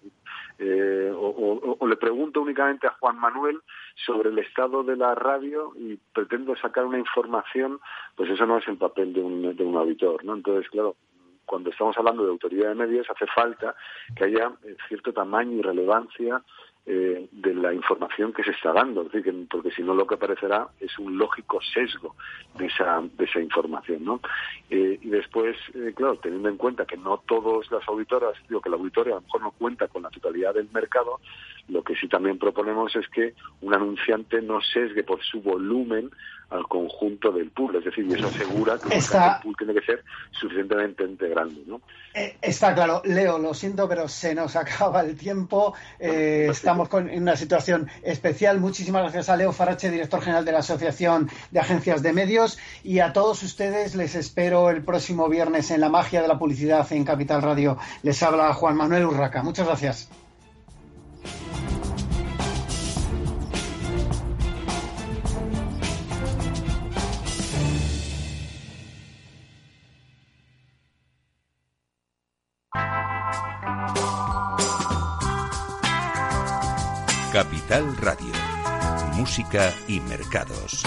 o le pregunto únicamente a Juan Manuel sobre el estado de la radio y pretendo sacar una información, pues eso no es el papel de un auditor, ¿no? Entonces, claro, cuando estamos hablando de autoridad de medios hace falta que haya cierto tamaño y relevancia de la información que se está dando, es decir, porque si no lo que aparecerá es un lógico sesgo de esa información, ¿no? Y después, claro, teniendo en cuenta que no todas las auditoras, digo que la auditoría a lo mejor no cuenta con la totalidad del mercado, lo que sí también proponemos es que un anunciante no sesgue por su volumen al conjunto del pool, es decir, y eso asegura que el pool tiene que ser suficientemente grande, ¿no? Está claro. Leo, lo siento, pero se nos acaba el tiempo. Estamos en una situación especial. Muchísimas gracias a Leo Farache, director general de la Asociación de Agencias de Medios, y a todos ustedes les espero el próximo viernes en La Magia de la Publicidad en Capital Radio. Les habla Juan Manuel Urraca. Muchas gracias. Capital Radio. Música y mercados.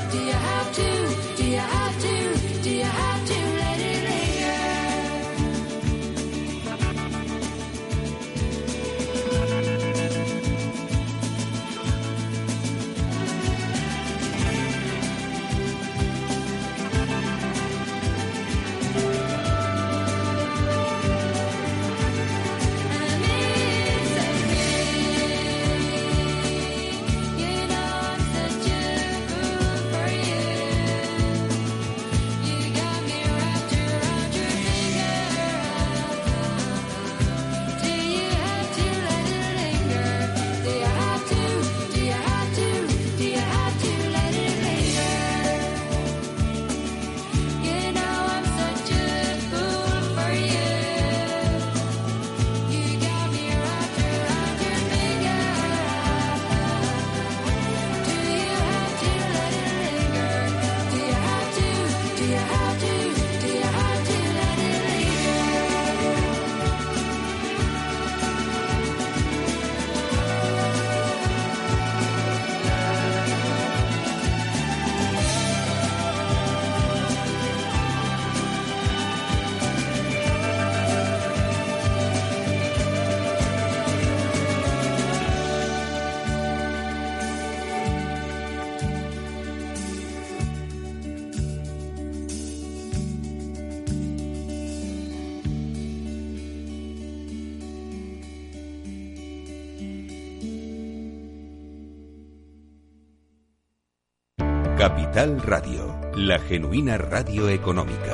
Capital Radio, la genuina radio económica.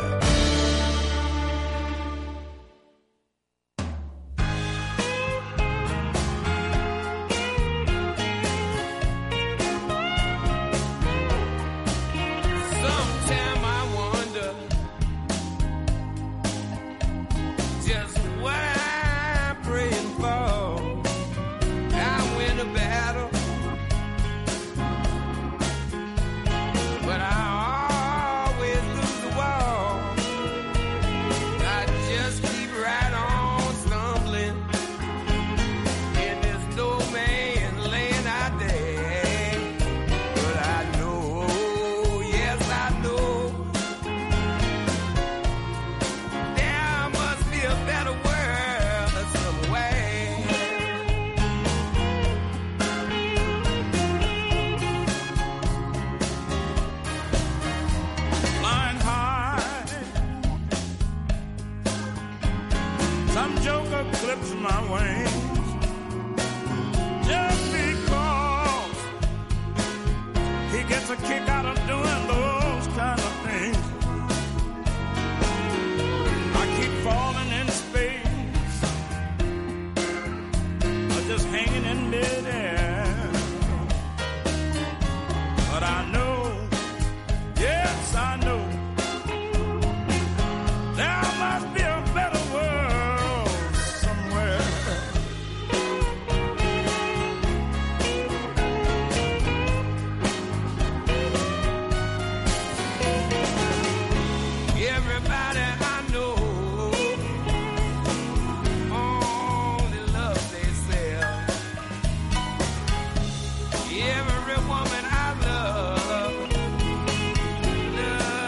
Every woman I love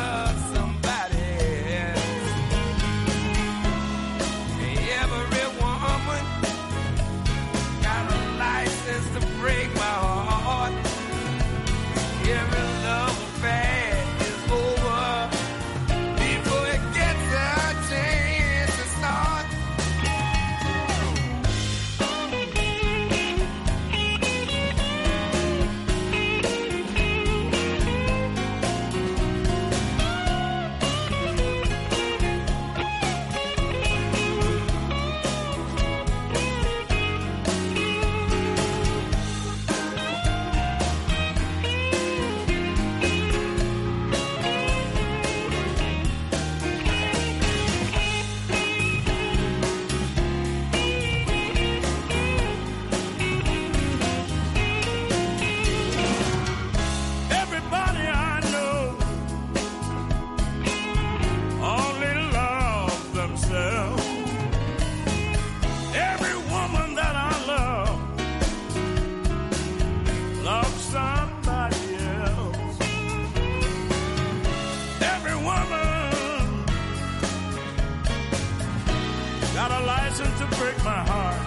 break my heart.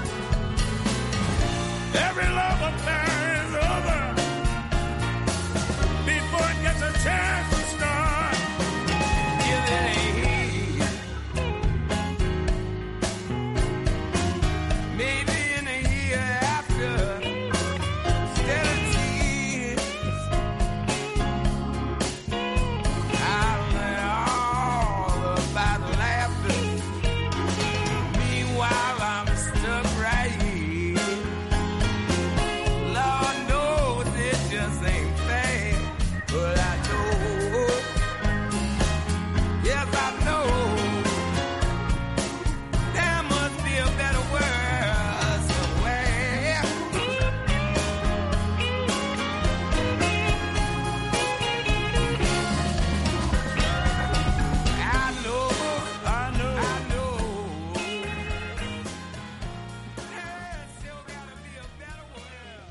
Every love affair is over before it gets a chance to start. If it ain't here, maybe in a year after, instead of tears, I'll learn all about laughter. Meanwhile, I'm stuck right here. Lord knows it just ain't fair, but I know, yes I know, there must be a better world somewhere. I know, there's still gotta be a better world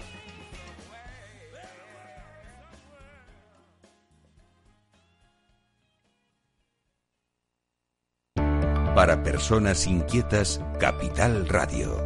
somewhere. Para personas inquietas, Capital Radio.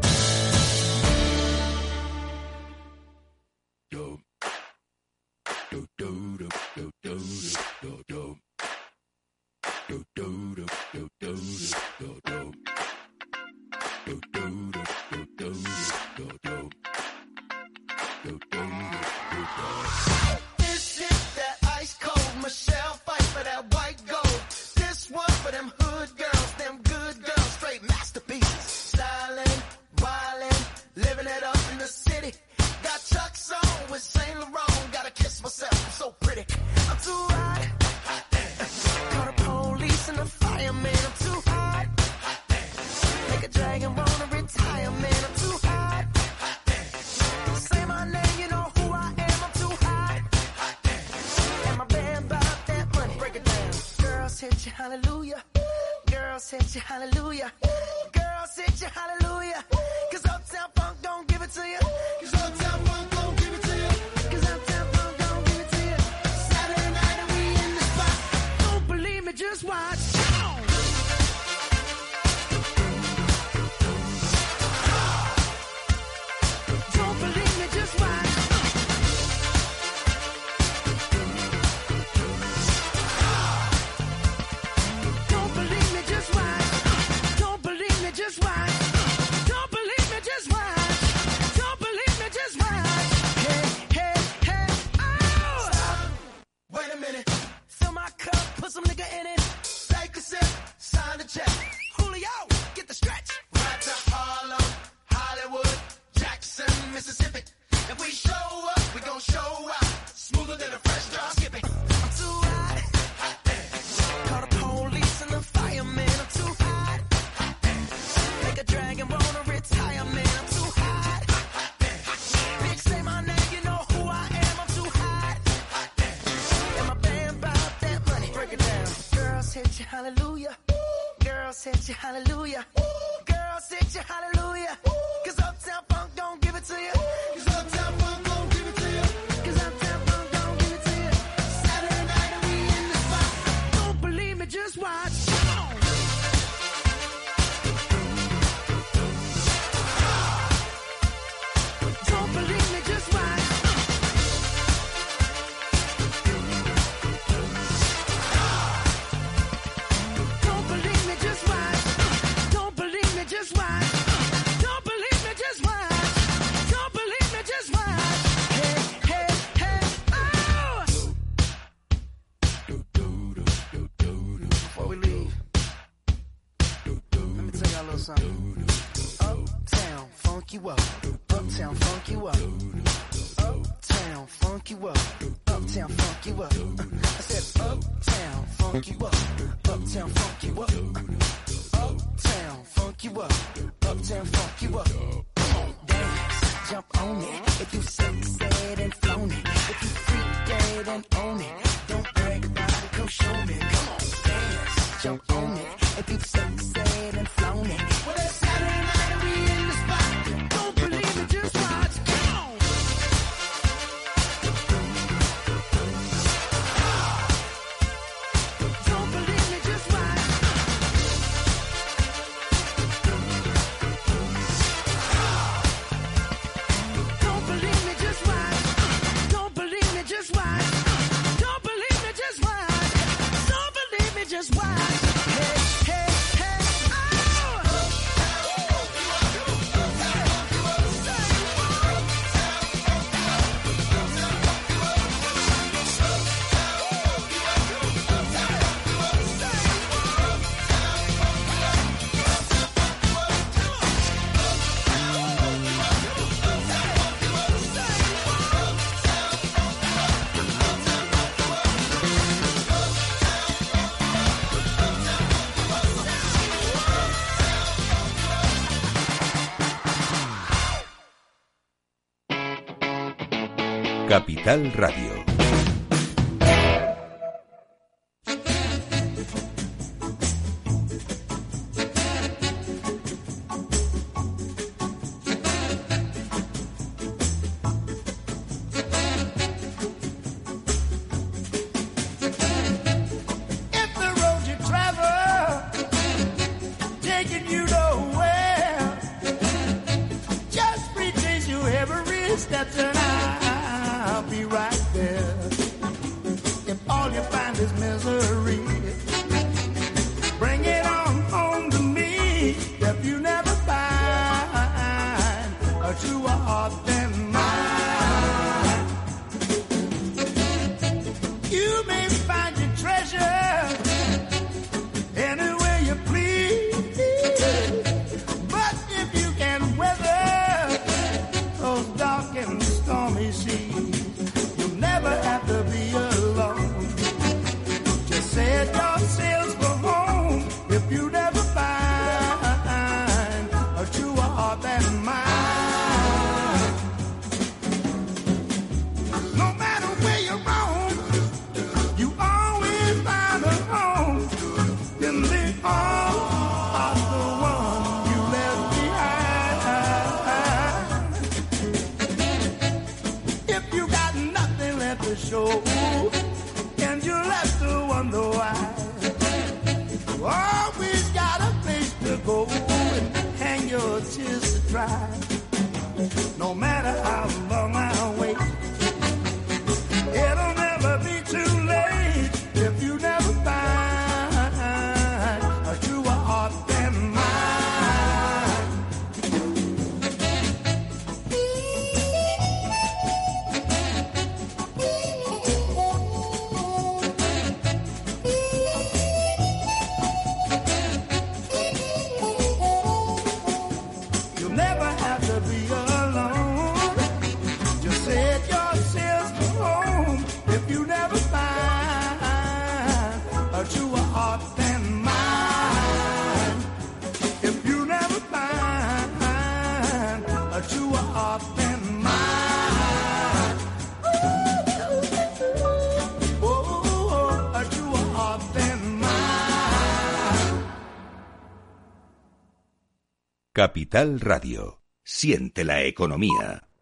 This is that ice cold Michelle fight for that white gold. This one for them hood girls, them good girls, straight masterpieces. Styling, wildin', living it up in the city. Got Chuck's on with Saint Laurent. Gotta kiss myself, I'm so pretty. I'm too hot. Call the police and the fireman. I'm too hot. Make a dragon wanna retire, man. I'm too hot. Say my name, you know who I am. I'm too hot. And my band bought that money. Break it down. Girls hit you, hallelujah. Girls hit you, hallelujah. Girls hit you, hallelujah. Cause Uptown Funk don't give it to you. Cause Uptown Funk don't give it to you. Cause Uptown Funk don't give it to you. Saturday night and we in the spot. Don't believe me, just watch. Don't believe me, just watch. Don't believe me, just watch. Don't believe me, just watch. Don't believe me, just watch. Don't believe me, just watch. Hey, hey, hey, oh! Stop. Wait a minute. Fill my cup, put some nigga in it. Take a sip, sign the check. Julio, get the stretch. Right to Harlem, Hollywood, Jackson, Mississippi. If we show up, we gon' show out. Smoother than a fresh drop skipping. I'm too hot. Call the police and the fireman. I'm too hot. Make a dragon wanna retire, man. I'm too hot. Bitch, say my name, you know who I am. I'm too hot. And my band bought that money. Break it down. Girls hit you, hallelujah. Girls hit you, hallelujah. Girls hit you, hallelujah. Cause Uptown Funk don't give it to you. Cause Uptown Funk don't give it to you. Cause Uptown Funk don't give it to you. Saturday night and we in the spot. Don't believe me, just watch. Don't believe me, just watch. Don't believe me, just watch. Don't believe me, just watch. Don't believe me, just watch. Don't believe me, just watch. Hey, hey, hey, oh! Before we leave, let me tell y'all a little something. Uptown, funk you up. Uptown, funk you up. Uptown, funk you up. Uptown, funk you up. I said uptown, funk you up. Uptown, funk you up. Uptown, funk you up. Uptown, funk you up. Come on, dance, jump on it. If you said and flown it. If you freak dead and own it. Don't brag about it, come show me. Come on, dance, jump on it. If you said and flown it. Well, it's Saturday night and we in the spot. Don't believe it, just watch. Come on. Don't believe me, just watch. Capital Radio. Capital Radio. Siente la economía.